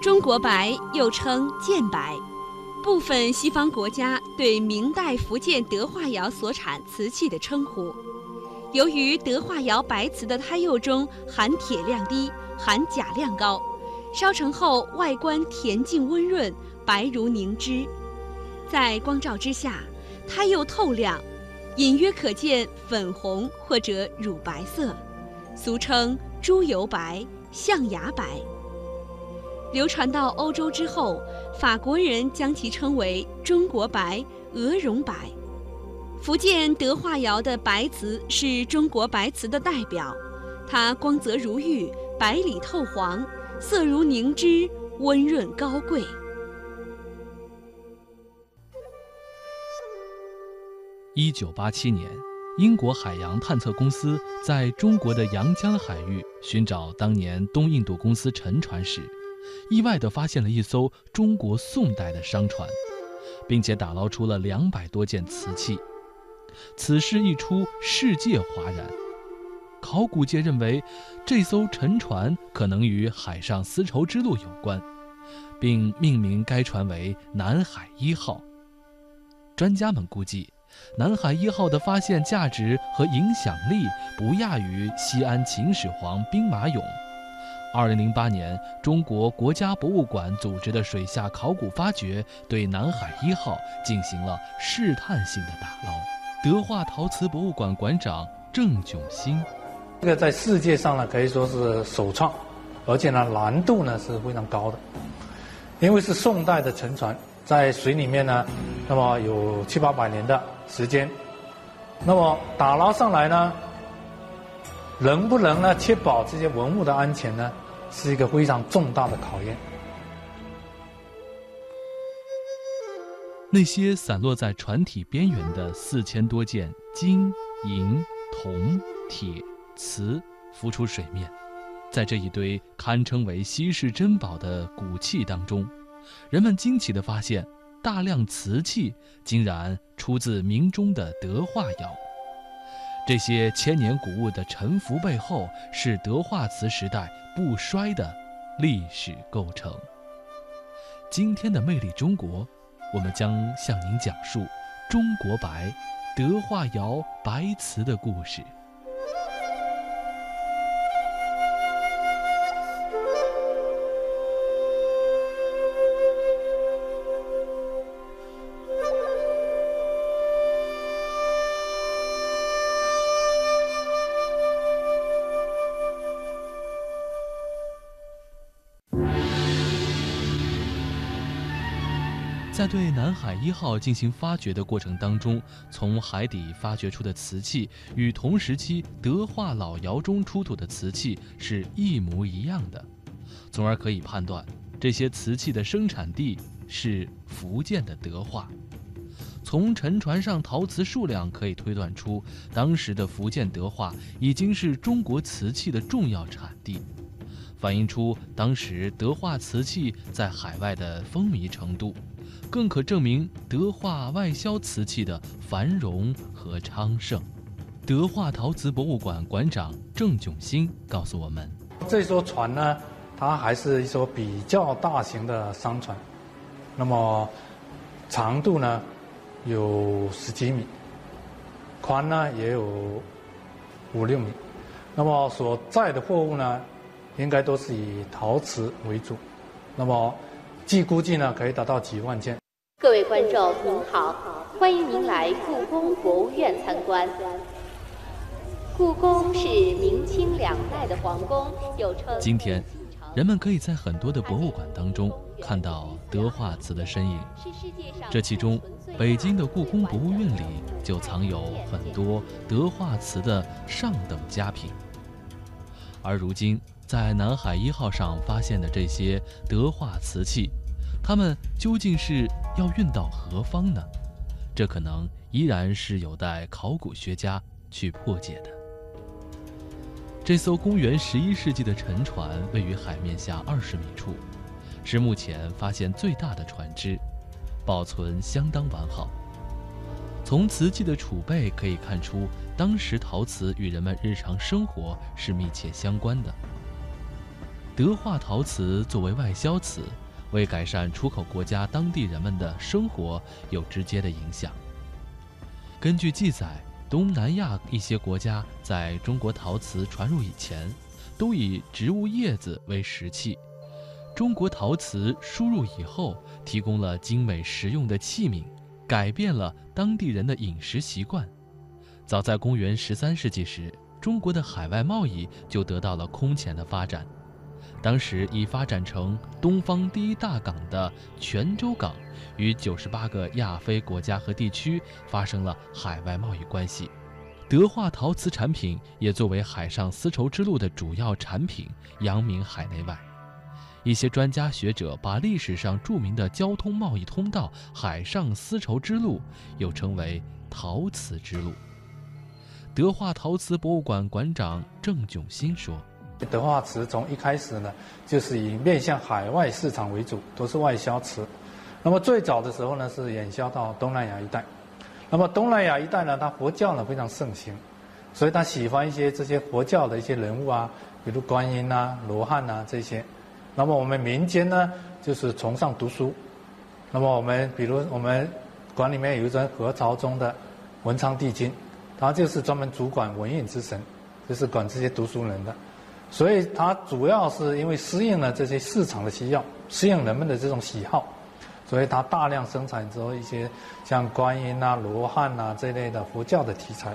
中国白又称建白，部分西方国家对明代福建德化窑所产瓷器的称呼。由于德化窑白瓷的胎釉中含铁量低，含钾量高，烧成后外观恬静温润，白如凝脂，在光照之下，胎釉透亮，隐约可见粉红或者乳白色，俗称猪油白、象牙白。流传到欧洲之后，法国人将其称为中国白、鹅绒白。福建德化窑的白瓷是中国白瓷的代表，它光泽如玉，白里透黄，色如凝脂，温润高贵。 1987年，英国海洋探测公司在中国的阳江海域寻找当年东印度公司沉船时，意外地发现了一艘中国宋代的商船，并且打捞出了200多件瓷器。此事一出，世界哗然。考古界认为，这艘沉船可能与海上丝绸之路有关，并命名该船为南海1号。专家们估计，南海1号的发现价值和影响力不亚于西安秦始皇兵马俑。2008年，中国国家博物馆组织的水下考古发掘对南海1号进行了试探性的打捞。德化陶瓷博物馆馆长郑炯兴， 这个在世界上呢可以说是首创，而且呢难度呢是非常高的，因为是宋代的沉船，在水里面呢，那么有700-800年的时间，那么打捞上来呢，能不能呢确保这些文物的安全呢，是一个非常重大的考验。 那些散落在船体边缘的4000多件金、银、铜、铁、瓷浮出水面，在这一堆堪称为稀世珍宝的古器当中，人们惊奇地发现，大量瓷器竟然出自明中的德化窑。这些千年古物的沉浮背后，是德化瓷时代不衰的历史构成。今天的魅力中国，我们将向您讲述中国白、德化窑白瓷的故事。在对南海1号进行发掘的过程当中，从海底发掘出的瓷器与同时期德化老窑中出土的瓷器是一模一样的，从而可以判断这些瓷器的生产地是福建的德化。从沉船上陶瓷数量可以推断出，当时的福建德化已经是中国瓷器的重要产地，反映出当时德化瓷器在海外的风靡程度，更可证明德化外销瓷器的繁荣和昌盛。德化陶瓷博物馆馆长郑炯兴告诉我们， 这艘船呢，它还是一艘比较大型的商船，那么长度呢有10几米，宽呢也有5-6米，那么所载的货物呢，应该都是以陶瓷为主，那么据估计呢，可以达到几万件。 各位观众您好，欢迎您来故宫博物院参观。故宫是明清2代的皇宫，又称。 今天，人们可以在很多的博物馆当中看到德化瓷的身影，这其中，北京的故宫博物院里就藏有很多德化瓷的上等佳品。而如今，在南海1号上发现的这些德化瓷器，它们究竟是要运到何方呢？这可能依然是有待考古学家去破解的。这艘公元11世纪的沉船位于海面下20米处，是目前发现最大的船只，保存相当完好。从瓷器的储备可以看出，当时陶瓷与人们日常生活是密切相关的。 德化陶瓷作为外销瓷，为改善出口国家当地人们的生活有直接的影响。根据记载，东南亚一些国家在中国陶瓷传入以前，都以植物叶子为食器。中国陶瓷输入以后，提供了精美实用的器皿，改变了当地人的饮食习惯。早在公元13世纪时，中国的海外贸易就得到了空前的发展。当时已发展成东方第一大港的泉州港，与98个亚非国家和地区发生了海外贸易关系。德化陶瓷产品也作为海上丝绸之路的主要产品，扬名海内外。一些专家学者把历史上著名的交通贸易通道海上丝绸之路又称为陶瓷之路。德化陶瓷博物馆馆长郑炯新说， 德化瓷从一开始呢，就是以面向海外市场为主，都是外销瓷。那么最早的时候呢，是远销到东南亚一带。那么东南亚一带呢，它佛教呢非常盛行，所以他喜欢一些这些佛教的一些人物啊，比如观音啊、罗汉啊这些。那么我们民间呢，就是崇尚读书。那么比如我们馆里面有一尊何朝宗的文昌帝君，他就是专门主管文运之神，就是管这些读书人的。所以它主要是因为适应了这些市场的需要，适应人们的这种喜好，所以它大量生产之后一些像观音啊、罗汉啊这类的佛教的题材。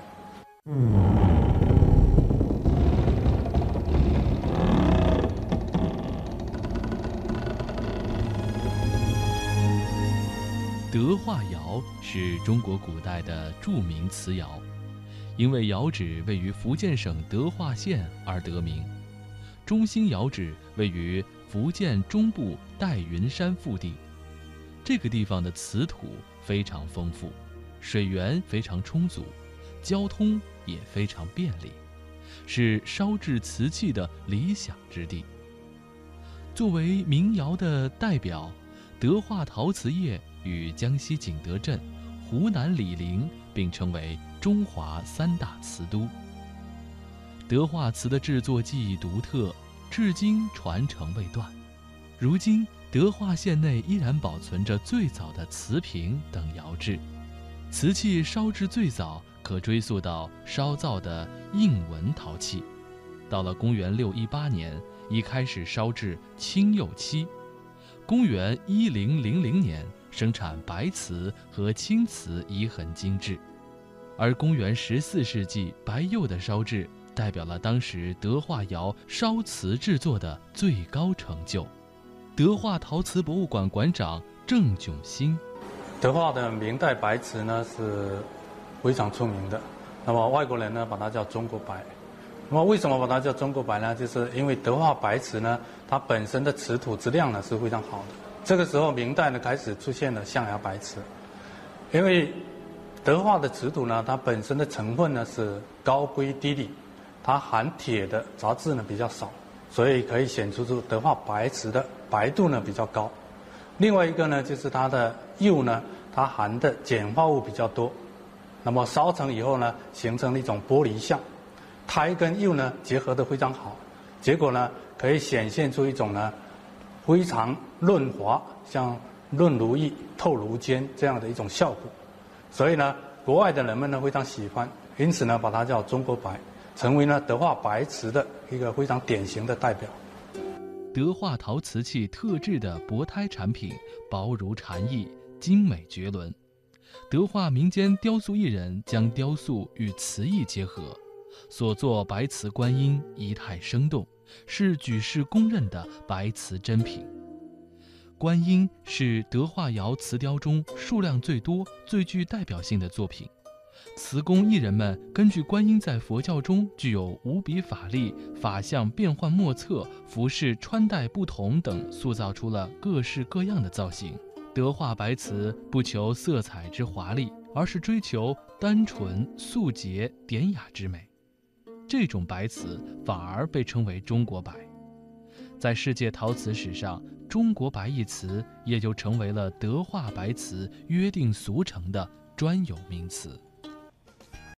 德化窑是中国古代的著名瓷窑，因为窑址位于福建省德化县而得名。中兴窑址位于福建中部戴云山腹地，这个地方的瓷土非常丰富，水源非常充足，交通也非常便利，是烧制瓷器的理想之地。作为民窑的代表，德化陶瓷业与江西景德镇、湖南醴陵并称为中华3大瓷都。德化瓷的制作技艺独特，至今传承未断。如今，德化县内依然保存着最早的瓷瓶等窑制。瓷器烧制最早可追溯到烧造的印纹陶器，到了公元618年，已开始烧制青釉漆。公元1000年生产白瓷和青瓷遗痕精致，而公元14世纪白釉的烧制代表了当时德化窑烧瓷制作的最高成就。德化陶瓷博物馆馆长郑炯新， 德化的明代白瓷呢是非常出名的，那么外国人呢把它叫中国白。那么为什么把它叫中国白呢？就是因为德化白瓷呢，它本身的瓷土质量呢是非常好的。这个时候明代呢开始出现了象牙白瓷，因为德化的瓷土呢，它本身的成分呢是高硅低锂，它含铁的杂质呢比较少，所以可以显出德化白瓷的白度呢比较高。另外一个呢就是它的釉呢，它含的碱化物比较多，那么烧成以后呢，形成了一种玻璃相。胎跟釉呢结合得非常好，结果呢可以显现出一种呢非常润滑，像润如玉、透如坚这样的一种效果。所以呢，国外的人们呢非常喜欢，因此呢把它叫中国白，成为呢德化白瓷的一个非常典型的代表。 德化陶瓷器特制的薄胎产品薄如蝉翼，精美绝伦。德化民间雕塑艺人将雕塑与瓷艺结合，所作白瓷观音仪态生动，是举世公认的白瓷珍品。观音是德化窑瓷雕中数量最多、最具代表性的作品。瓷工艺人们根据观音在佛教中具有无比法力、法相变幻莫测、服饰穿戴不同等，塑造出了各式各样的造型。德化白瓷不求色彩之华丽，而是追求单纯、素洁、典雅之美。这种白瓷反而被称为中国白。在世界陶瓷史上，中国白一词也就成为了德化白瓷约定俗成的专有名词。